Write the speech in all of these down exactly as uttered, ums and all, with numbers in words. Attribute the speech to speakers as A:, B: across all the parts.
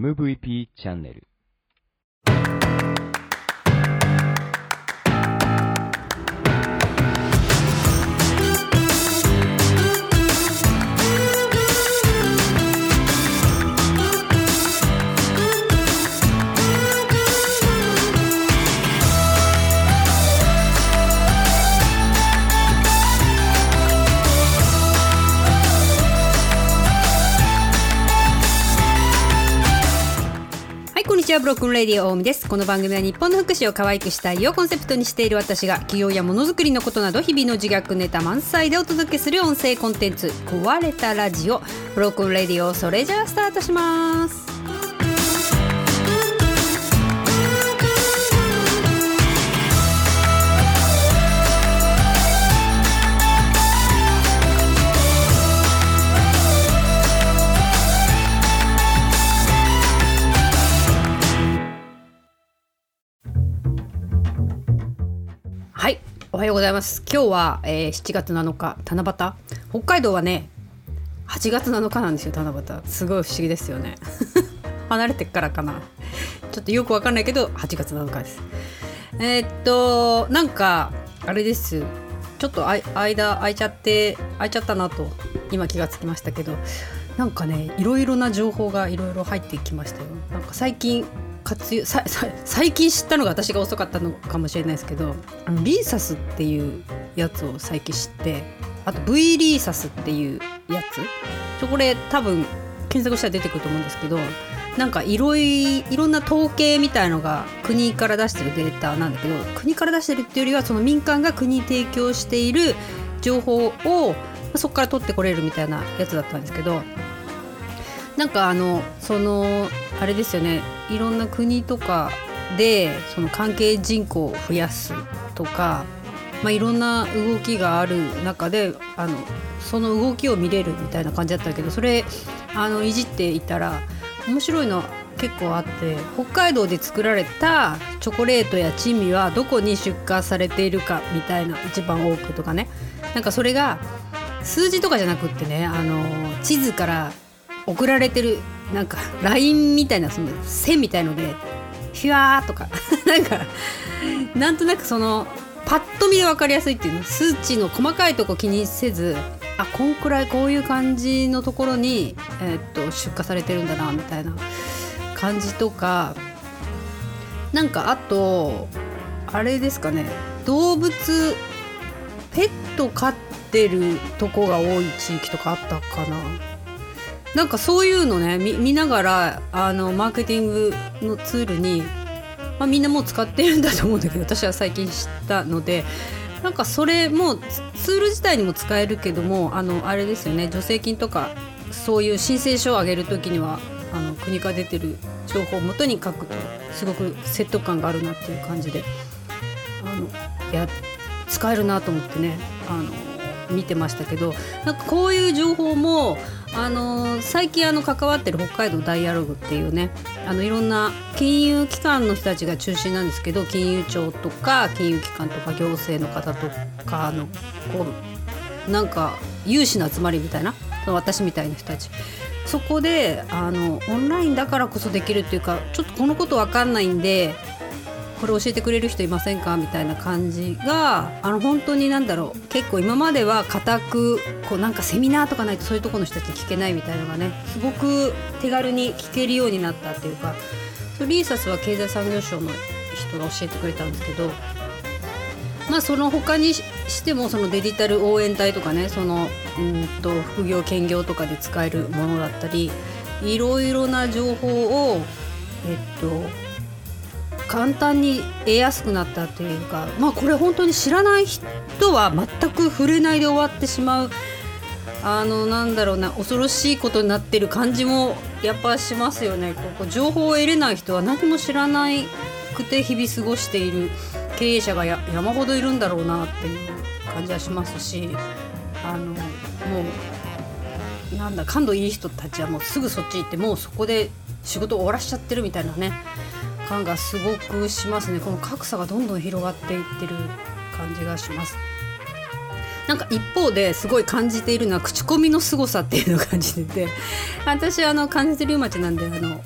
A: エムブイピー チャンネル。
B: こんにちは、ブロックンレディオ大海です。この番組は日本の福祉を可愛くしたいをコンセプトにしている私が企業やものづくりのことなど日々の自虐ネタ満載でお届けする音声コンテンツ、壊れたラジオブロックンレディオ。それじゃあスタートします。はい、おはようございます。今日は、えー、しちがつなのか七夕。北海道はねはちがつなのかなんですよ。七夕すごい不思議ですよね離れてっからかな、ちょっとよくわかんないけどはちがつなのかです。えー、っとなんかあれです、ちょっとあ間空いちゃって空いちゃったなと今気がつきましたけど、なんかねいろいろな情報がいろいろ入ってきましたよ。なんか最近活用ささ最近知ったのが私が遅かったのかもしれないですけど、あのリーサスっていうやつを最近知って、あと V リーサスっていうやつ、ちょこれ多分検索したら出てくると思うんですけど、なんかいろいろんな統計みたいのが国から出してるデータなんだけど、国から出してるっていうよりはその民間が国に提供している情報をそこから取ってこれるみたいなやつだったんですけど、なんかあのそのあれですよね、いろんな国とかでその関係人口を増やすとか、まあ、いろんな動きがある中であのその動きを見れるみたいな感じだったけど、それあのいじっていたら面白いの結構あって、北海道で作られたチョコレートや珍味はどこに出荷されているかみたいな、一番多くとかね、なんかそれが数字とかじゃなくってね、あの地図から送られてるなんかラインみたいな、その線みたいのでヒュワーとかなんかなんとなくそのパッと見で分かりやすいっていうの、数値の細かいとこ気にせず、あこんくらいこういう感じのところに、えー、っと出荷されてるんだなみたいな感じとか、なんかあとあれですかね、動物ペット飼ってるとこが多い地域とかあったかな。なんかそういうのね 見, 見ながらあのマーケティングのツールに、まあ、みんなもう使ってるんだと思うんだけど、私は最近知ったので、なんかそれもツール自体にも使えるけども、あのあれですよね、助成金とかそういう申請書を上げるときにはあの国から出てる情報を元に書くとすごく説得感があるなっていう感じで、あのいや使えるなと思ってね、あの見てましたけど、なんかこういう情報もあの最近あの関わってる北海道ダイアログっていうね、あのいろんな金融機関の人たちが中心なんですけど、金融庁とか金融機関とか行政の方とかのこうなんか有志の集まりみたいな、私みたいな人たち、そこであのオンラインだからこそできるっていうか、ちょっとこのことわかんないんでこれ教えてくれる人いませんかみたいな感じが、あの本当になんだろう、結構今までは固くこうなんかセミナーとかないとそういうところの人たち聞けないみたいなのがね、すごく手軽に聞けるようになったっていうか、リーサスは経済産業省の人が教えてくれたんですけど、まあその他にしてもそのデジタル応援隊とかね、そのうんと副業兼業とかで使えるものだったり、いろいろな情報をえっと簡単に得やすくなったというか、まあこれ本当に知らない人は全く触れないで終わってしまう、あのなんだろうな、恐ろしいことになってる感じもやっぱしますよね。ここ情報を得れない人は何も知らなくて日々過ごしている経営者がや山ほどいるんだろうなっていう感じはしますし、あのもうなんだ感度いい人たちはもうすぐそっち行ってもうそこで仕事を終わらしちゃってるみたいなね感がすごくしますね。この格差がどんどん広がっていってる感じがします。なんか一方ですごい感じているのは口コミの凄さっていうのを感じてて、私あの関節リウマチなんであの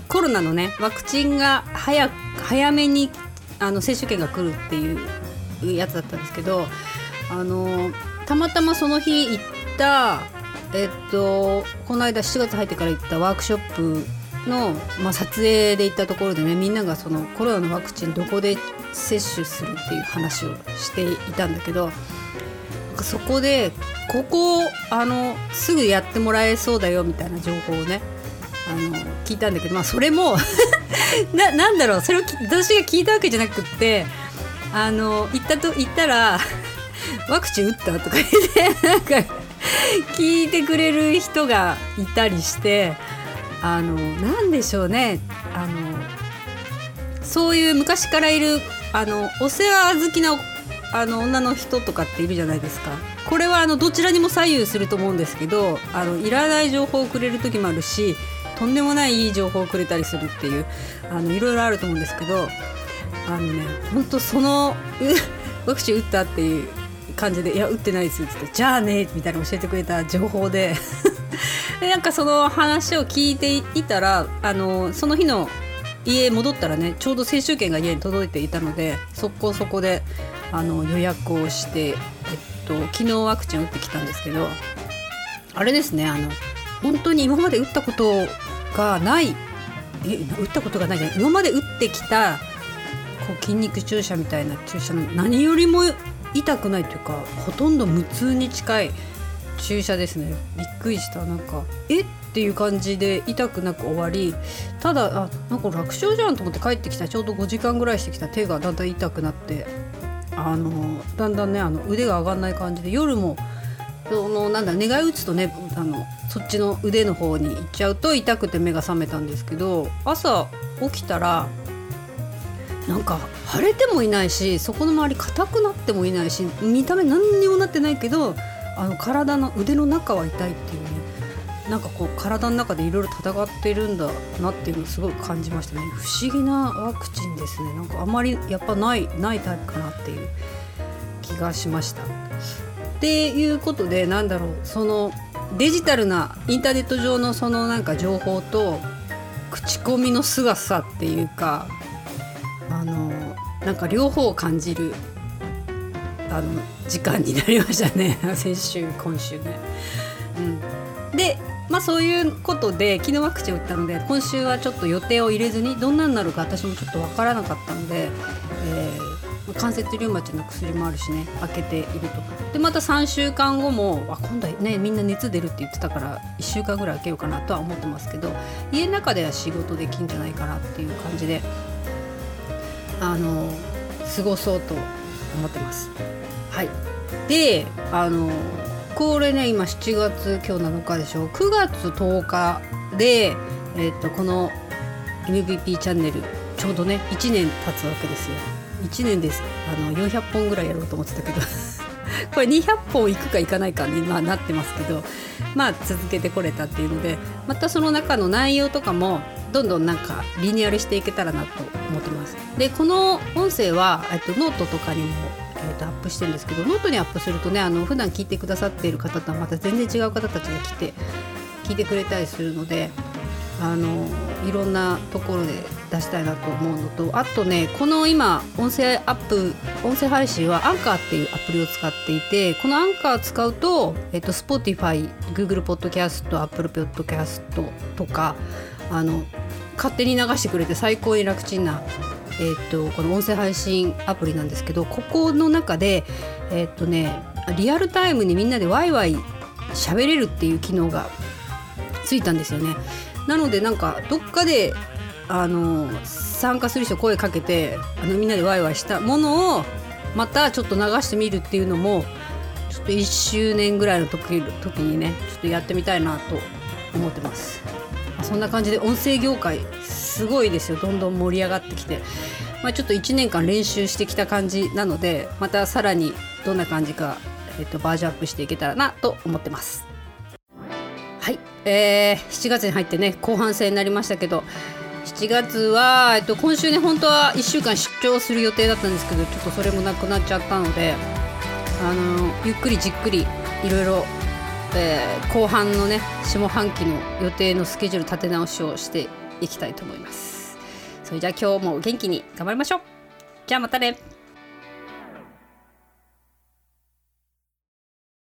B: コロナのねワクチンが早早めにあの接種券が来るっていうやつだったんですけど、あのたまたまその日行ったえっとこの間しちがつ入ってから行ったワークショップの、まあ、撮影で行ったところでね、みんながそのコロナのワクチンどこで接種するっていう話をしていたんだけど、そこでここあのすぐやってもらえそうだよみたいな情報をねあの聞いたんだけど、まあそれもな, なんだろうそれを私が聞いたわけじゃなくって、あの行ったと言ったらワクチン打ったとか言ってなんか聞いてくれる人がいたりして、あのなんでしょうね、あのそういう昔からいるあのお世話好きなあの女の人とかっているじゃないですか。これはあのどちらにも左右すると思うんですけど、あのいらない情報をくれる時もあるし、とんでもないいい情報をくれたりするっていう、あのいろいろあると思うんですけど、あのね本当そのワクチン打ったっていう感じで、いや打ってないですって言って、じゃあねみたいな教えてくれた情報ででなんかその話を聞いていたら、あのその日の家戻ったらねちょうど接種券が家に届いていたので、そこそこであの予約をして、えっと、昨日ワクチン打ってきたんですけど、あれですね、あの本当に今まで打ったことがないえ打ったことがないじゃない今まで打ってきたこう筋肉注射みたいな注射の何よりも痛くないというか、ほとんど無痛に近い注射ですね。びっくりした。なんかえっていう感じで痛くなく終わり、ただあなんか楽勝じゃんと思って帰ってきたらちょうどごじかんぐらいしてきた手がだんだん痛くなって、あのだんだんねあの腕が上がらない感じで、夜もそのなんだ寝返り打つとねあのそっちの腕の方に行っちゃうと痛くて目が覚めたんですけど、朝起きたらなんか腫れてもいないし、そこの周り硬くなってもいないし、見た目何にもなってないけど、あの体の腕の中は痛いっていうね、なんかこう体の中でいろいろ戦ってるんだなっていうのをすごい感じましたね。不思議なワクチンですね。なんかあまりやっぱないないタイプかなっていう気がしました。っていうことで、なんだろう、そのデジタルなインターネット上のそのなんか情報と口コミの凄さっていうか、あのなんか両方を感じるあの時間になりましたね先週今週ね、うん、でまあそういうことで昨日ワクチンを打ったので、今週はちょっと予定を入れずにどんなになるか私もちょっとわからなかったので、えー、関節リウマチの薬もあるしね開けていると。でまたさんしゅうかんごもあ今度はねみんな熱出るって言ってたからいっしゅうかんぐらい開けようかなとは思ってますけど、家の中では仕事できんじゃないかなっていう感じであの過ごそうと思ってます。はい。であのこれね今しちがつ今日なのかでしょ。くがつとおかで、えー、とこの エムブイピー チャンネルちょうどねいちねん経つわけですよ。いちねんです。あのよんひゃっぽんぐらいやろうと思ってたけどこれにひゃっぽんいくかいかないかに、まあ、なってますけど、まあ続けてこれたっていうので、またその中の内容とかもどんどんなんかリニューアルしていけたらなと思ってます。でこの音声は、えっと、ノートとかにも、えっと、アップしてるんですけど、ノートにアップするとねあの普段聞いてくださっている方とはまた全然違う方たちが来て聞いてくれたりするので、あのいろんなところで出したいなと思うのと、あとねこの今音声アップ音声配信はアンカーっていうアプリを使っていて、このアンカー使うと、えっと、Spotify、Google Podcast、Apple Podcast とかあの勝手に流してくれて最高に楽ちんな、えー、とこの音声配信アプリなんですけど、ここの中で、えーとね、リアルタイムにみんなでワイワイ喋れるっていう機能がついたんですよね。なのでなんかどっかであの参加する人声かけてあのみんなでワイワイしたものをまたちょっと流してみるっていうのもちょっといっしゅうねんぐらいの 時, 時にねちょっとやってみたいなと思ってます。そんな感じで音声業界すごいですよ。どんどん盛り上がってきて、まあ、ちょっといちねんかん練習してきた感じなので、またさらにどんな感じか、えっと、バージョンアップしていけたらなと思ってます。はい、えー、しちがつに入ってね後半戦になりましたけど、しちがつは、えっと、今週ね本当はいっしゅうかん出張する予定だったんですけど、ちょっとそれもなくなっちゃったので、あのゆっくりじっくりいろいろえー、後半のね下半期の予定のスケジュール立て直しをしていきたいと思います。それじゃあ今日も元気に頑張りましょう。じゃあまたね。